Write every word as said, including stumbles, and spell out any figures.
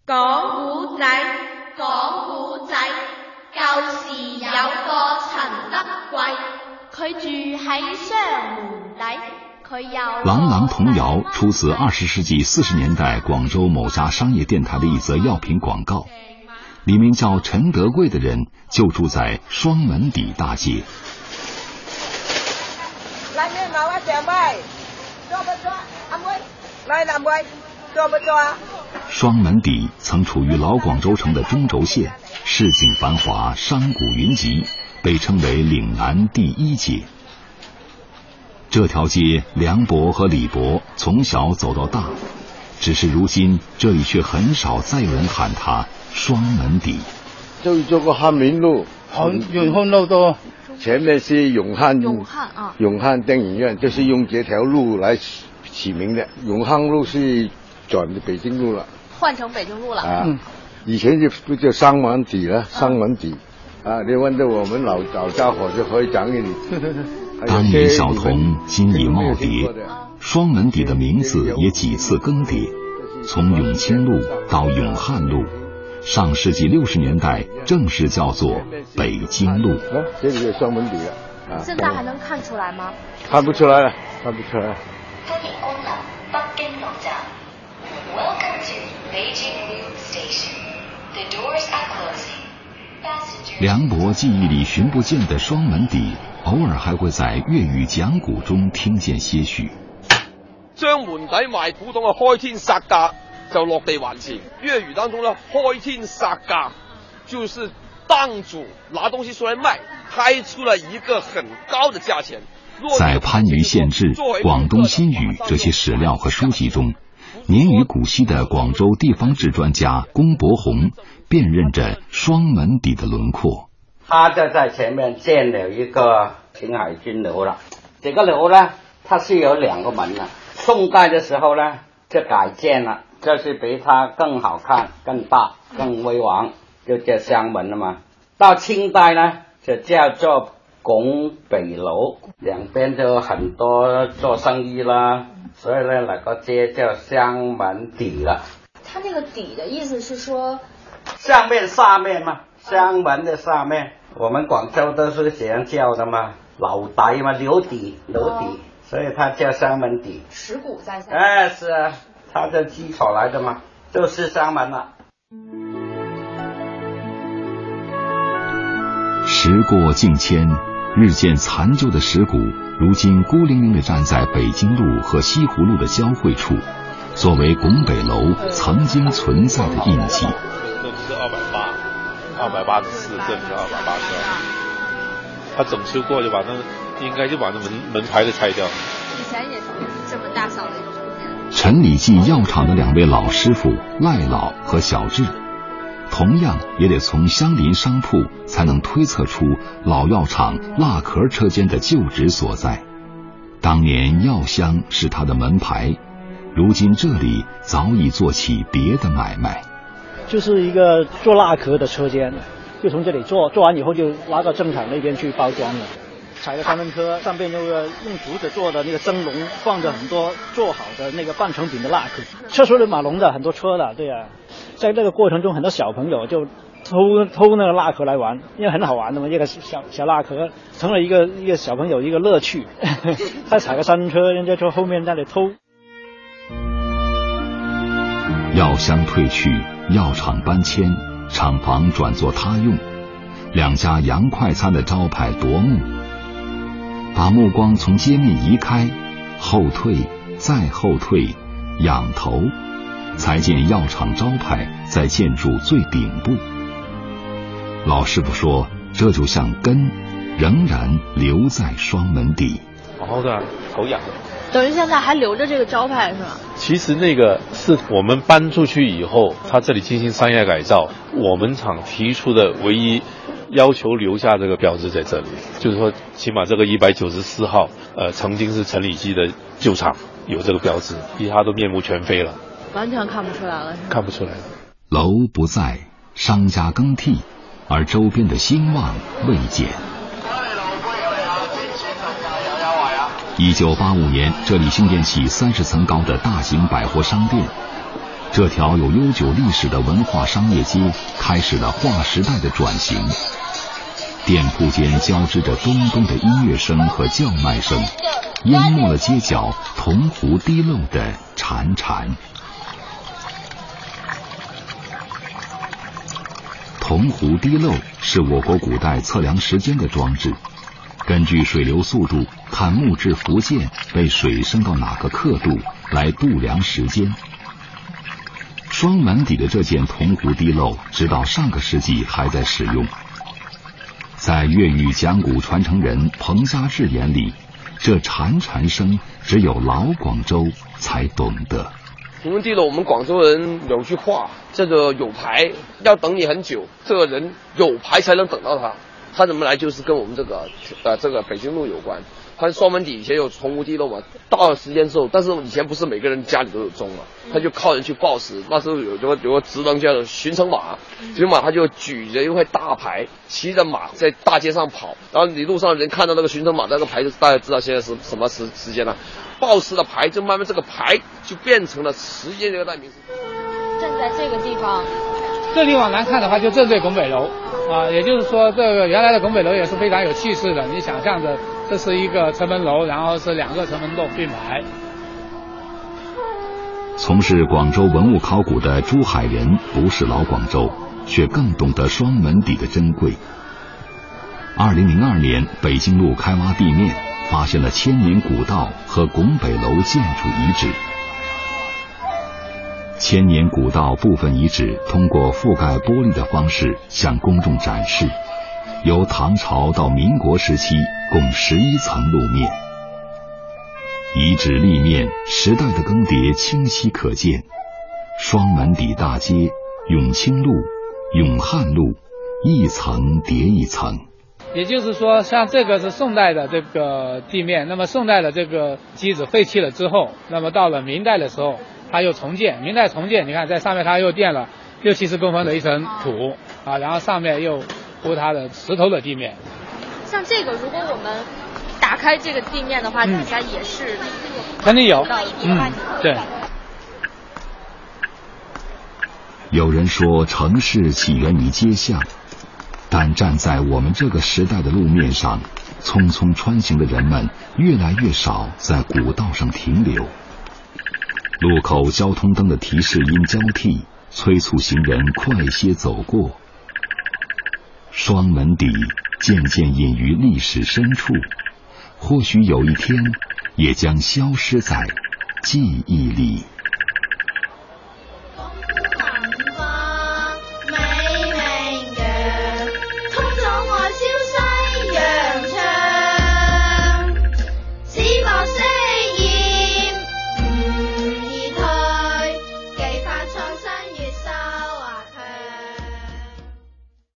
講古仔，講古仔。舊時有個陳德貴，佢住喺雙門底，佢有。 朗朗童谣出自二十世紀四十年代廣州某家商業電台的一則藥品廣告，裡面叫陳德貴的人就住在雙門底大街。 來面拿我兩杯，做不做？阿妹，來兩杯，做不做？ 雙門底曾處於老廣州城的中軸線，市井繁華，商賈雲集，被稱為嶺南第一街。這條街梁伯和李伯從小走到大，只是如今這裡卻很少再有人喊它雙門底。 就做個漢民路， 永漢路多， 前面是永漢永漢啊， 永漢電影院，就是用這條路來起名的。永漢路是轉的北京路了， 換成北京路了。 啊，嗯、以前就不叫雙門底了，雙門底。啊，你問到我們老老家伙就可以講給你。 當年小童，今已耄耋，雙門底的名字也幾次更迭，從永清路到永漢路，上世紀六十年代正式叫做北京路。 啊，這裡有雙門底了。啊， 現在還能看出來嗎？ 看不出來了，看不出來。 歡迎光臨北京路站。Welcome to Beijing Loop Station. The doors are closing. 梁伯記憶裡尋不見的雙門底，偶爾還會在粵語講古中聽見些許。 將門底賣古董嘅開天殺價就落地還錢。粵語當中呢，開天殺價就是檔主拿東西出來賣，開出了一個很高的價錢。 在番禺縣志、廣東新語這些史料和書籍中，年逾古稀的廣州地方志專家龔伯鴻辨認着雙門底的輪廓。 他就在前面建了一個秦海軍樓了。這個樓呢，它是有兩個門的。宋代的時候呢，就改建了，就是比它更好看、更大、更威煌，就叫雙門了嘛。到清代呢，就叫做拱北樓，兩邊就很多做生意啦，所以呢，那個街叫雙門底了。 它那個底的意思是說， 上面下面嘛，雙門的上面，我們廣州都是這樣叫的嘛，樓底嘛，樓底，樓底，哦、所以它叫雙門底。 石鼓在下。 哎，是啊，它的基礎來的嘛，就是雙門了。 時過境遷，日漸殘舊的石鼓，如今孤零零地站在北京路和西湖路的交匯處，作為拱北樓曾經存在的印記。 這是二百八，二百八十四，這是二百八十二。他整修過就把那個，應該就把那門門牌都拆掉。 以前也是這麼大小的一個空間。 陳李記藥廠的兩位老師傅賴老和小智，同樣也得從相鄰商鋪才能推測出老藥廠蠟殼車間的舊址所在。當年藥香是他的門牌，如今這裡早已做起別的買賣。 就是一個做蠟殼的車間，就從這裡做，做完以後就拿到正廠那邊去包裝了。踩個三輪車，上邊那個用竹子做的那個蒸籠，放着很多做好的那個半成品的蠟殼，車水馬龍的，很多車的，對啊。在這個過程中，很多小朋友就偷偷那個蠟殼來玩，因為很好玩的嘛，一個小小蠟殼成了一個一個小朋友一個樂趣。再踩個三輪車，人家從後面在那裡偷。 藥香退去，藥廠搬遷，廠房轉作他用，兩家洋快餐的招牌奪目。把目光從街面移開，後退，再後退，仰頭，才見藥廠招牌在建築最頂部。老師傅說，這就像根，仍然留在雙門底。 好的，好癢。 等於現在還留着這個招牌是嗎？ 其實那個是我們搬出去以後，他這裡進行商業改造，我們廠提出的唯一要求留下這個標誌在這裡，就是說起碼這個一百九十四號，呃，曾經是陳李記的舊廠，有這個標誌，其他都面目全非了， 完全看不出來了。 看不出來了。 樓不在，商家更替，而周邊的興旺未減。一九八五年，這裡興建起三十層高的大型百貨商店。 这条有悠久历史的文化商业街开始了划时代的转型。店铺间交织着咚咚的音乐声和叫卖声，淹没了街角铜壶滴漏的潺潺。铜壶滴漏是我国古代测量时间的装置，根据水流速度看木质浮件被水升到哪个刻度来度量时间。双门底的这件铜壶滴漏直到上个世纪还在使用。在粤语讲古传承人彭家志眼里，这潺潺声只有老广州才懂得。 铜壶滴漏，我们广州人有句话，这个有牌要等你很久，这个人有牌才能等到他。他怎么来，就是跟我们这个呃这个北京路有关。他双门底以前有铜壶滴漏嘛，到了时间之后，但是以前不是每个人家里都有钟嘛，他就靠人去报时。那时候有有有个职能叫做巡城马，巡城马他就举着一块大牌，骑着马在大街上跑，然后你路上人看到那个巡城马那个牌，就大家知道现在是什么时时间了。报时的牌就慢慢这个牌就变成了时间这个代名词。 站在这个地方， 这里往南看的话，就正对拱北楼啊，也就是说，这个原来的拱北楼也是非常有气势的。你想象着，这是一个城门楼，然后是两个城门洞并排。 从事广州文物考古的朱海人不是老广州，却更懂得双门底的珍贵。二零零二年，北京路开挖地面，发现了千年古道和拱北楼建筑遗址。千年古道部分遗址通过覆盖玻璃的方式向公众展示，由唐朝到民国时期共十一层路面。遗址立面时代的更迭清晰可见，双门底大街、永清路、永汉路，一层叠一层。 也就是说，像这个是宋代的这个地面，那么宋代的这个基址废弃了之后，那么到了明代的时候它又重建，明代重建，你看在上面它又垫了六七十公分的一层土啊，然后上面又铺它的石头的地面。 像这个，如果我们打开这个地面的话，底下也是肯定有，嗯，对。 有人说城市起源于街巷，但站在我们这个时代的路面上，匆匆穿行的人们越来越少在古道上停留。路口交通灯的提示音交替，催促行人快些走过。双门底渐渐隐于历史深处，或许有一天也将消失在记忆里。